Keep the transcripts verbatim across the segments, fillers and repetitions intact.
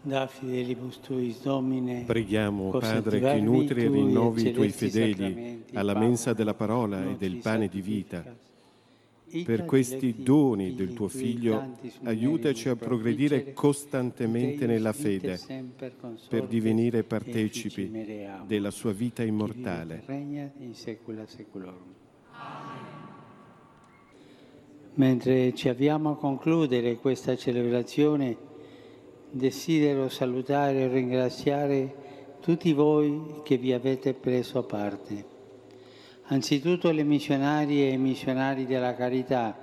Da fidelibus tuis, Domine. Preghiamo, Padre, che nutri e rinnovi i tuoi fedeli alla mensa della parola e del pane di vita. Per questi doni del tuo Figlio, aiutaci a progredire costantemente nella fede, per divenire partecipi della sua vita immortale. Mentre ci avviamo a concludere questa celebrazione, desidero salutare e ringraziare tutti voi che vi avete preso parte. Anzitutto le missionarie e i missionari della carità,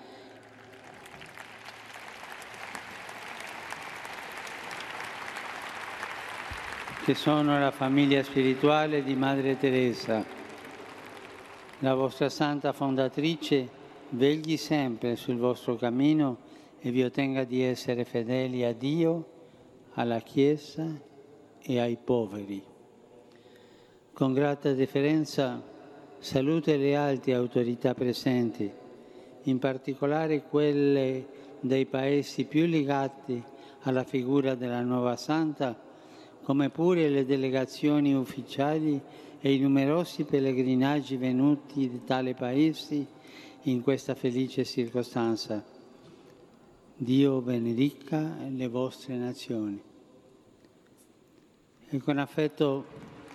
che sono la famiglia spirituale di Madre Teresa. La vostra santa fondatrice vegli sempre sul vostro cammino e vi ottenga di essere fedeli a Dio, alla Chiesa e ai poveri. Con grata deferenza saluto le alte autorità presenti, in particolare quelle dei paesi più legati alla figura della nuova Santa, come pure le delegazioni ufficiali e i numerosi pellegrinaggi venuti da tali paesi in questa felice circostanza. Dio benedica le vostre nazioni. E con affetto,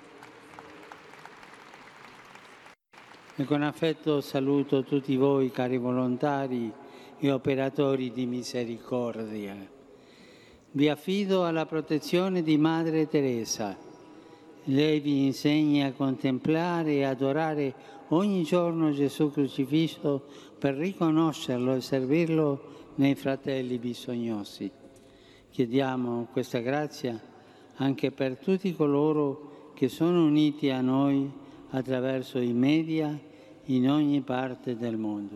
e con affetto saluto tutti voi, cari volontari e operatori di misericordia. Vi affido alla protezione di Madre Teresa. Lei vi insegna a contemplare e adorare ogni giorno Gesù crocifisso per riconoscerlo e servirlo nei fratelli bisognosi. Chiediamo questa grazia anche per tutti coloro che sono uniti a noi attraverso i media in ogni parte del mondo.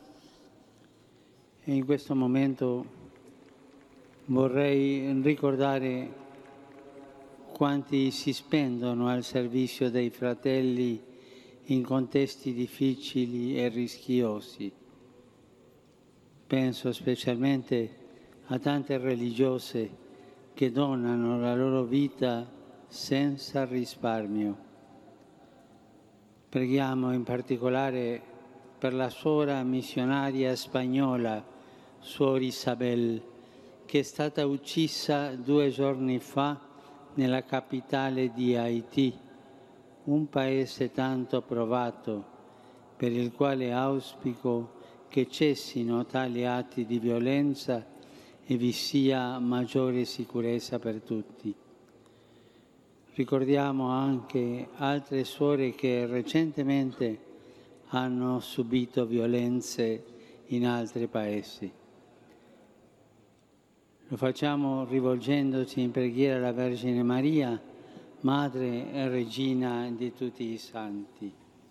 E in questo momento vorrei ricordare quanti si spendono al servizio dei fratelli in contesti difficili e rischiosi. Penso specialmente a tante religiose che donano la loro vita senza risparmio. Preghiamo in particolare per la suora missionaria spagnola, Suor Isabel, che è stata uccisa due giorni fa nella capitale di Haiti, un paese tanto provato, per il quale auspico che cessino tali atti di violenza e vi sia maggiore sicurezza per tutti. Ricordiamo anche altre suore che recentemente hanno subito violenze in altri paesi. Lo facciamo rivolgendoci in preghiera alla Vergine Maria, Madre e Regina di tutti i santi.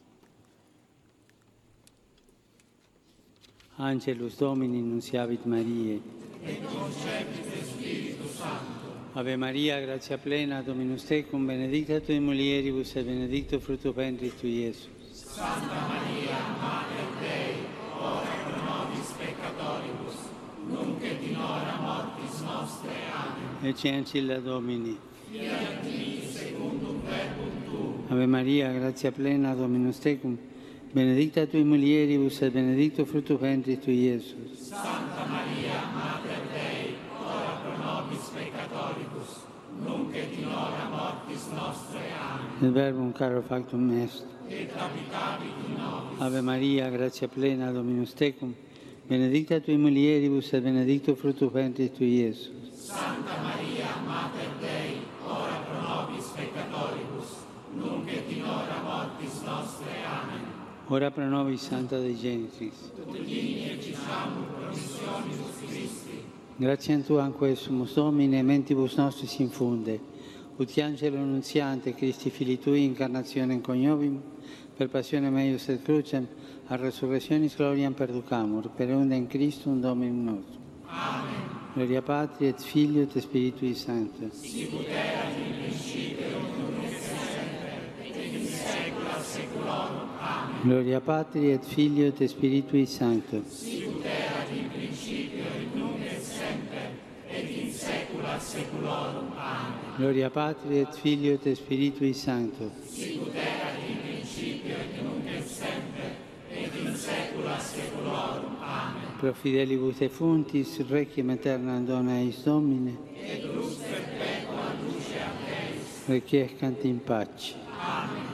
Angelus Domini nunciavit Mariae. Et concepit Spiritus Sancto. Ave Maria, grazia plena, Dominus tecum, benedicta tui mulieribus et benedictus fructus ventris tui, Iesus. Santa Maria, Mater Dei, ora pro nobis peccatoribus, nunc et in hora mortis nostre. Amen. Ecce ancilla Domini. Fiat mi secundum verbum tuum. Ave Maria, grazia plena, Dominus tecum, benedicta tui mulieribus et benedictus fructus ventris tui, Iesus. Santa Maria, Mater Dei, ora pro nobis peccatoribus, nunc et in hora mortis nostre. Amen. Il verbum caro factum est. Et habitavit in nobis. Ave Maria, grazia plena, Dominus tecum, benedicta tui mulieribus et benedictus fructus ventris tui, Iesus. Santa Maria, Mater Dei, ora pro nobis peccatoribus, nunc et in hora mortis nostre. Amen. Ora pro nobis Santa Dei Genitrix. Udini et diciamur promissionis Christi. Grazie Tua anque sumus Domine, mentibus nostris infunde. Ut angelo nunziante Christi Fili Tui, incarnazione coniovim, per passione meius et crucem, a resurrectionis gloriam perducamur, per eundem Christum Dominum nostrum. Amen. Gloria Patri et Filio et Spiritui Sancto. Sicut erat in principio, nunc et semper, et in saecula saeculorum. Amen. Gloria Patri et Filio et Spiritui Sancto. Sicut erat in principio, nunc et semper, et in saecula saeculorum. Amen. Gloria Patri et Filio et Spiritui Sancto. Sicut erat in principio et nunc et semper, et in saecula saeculorum. Amen. Pro fidelibus defunctis, requiem aeternam dona eis Domine. Et lux perpetua luce a Deis. Requiescant in pace. Amen.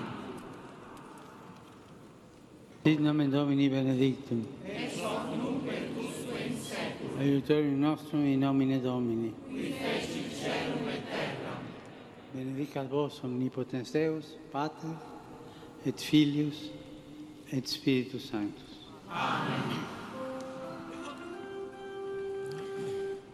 Sit nomen Domini benedictum. Ex hoc nunc et usque in saeculum. Aiutorium nostrum in nomine Domini. Qui feci caelum et terram. Benedicat vos omnipotens Deus, Pater, et Filius, et Spiritus Sanctus. Amen.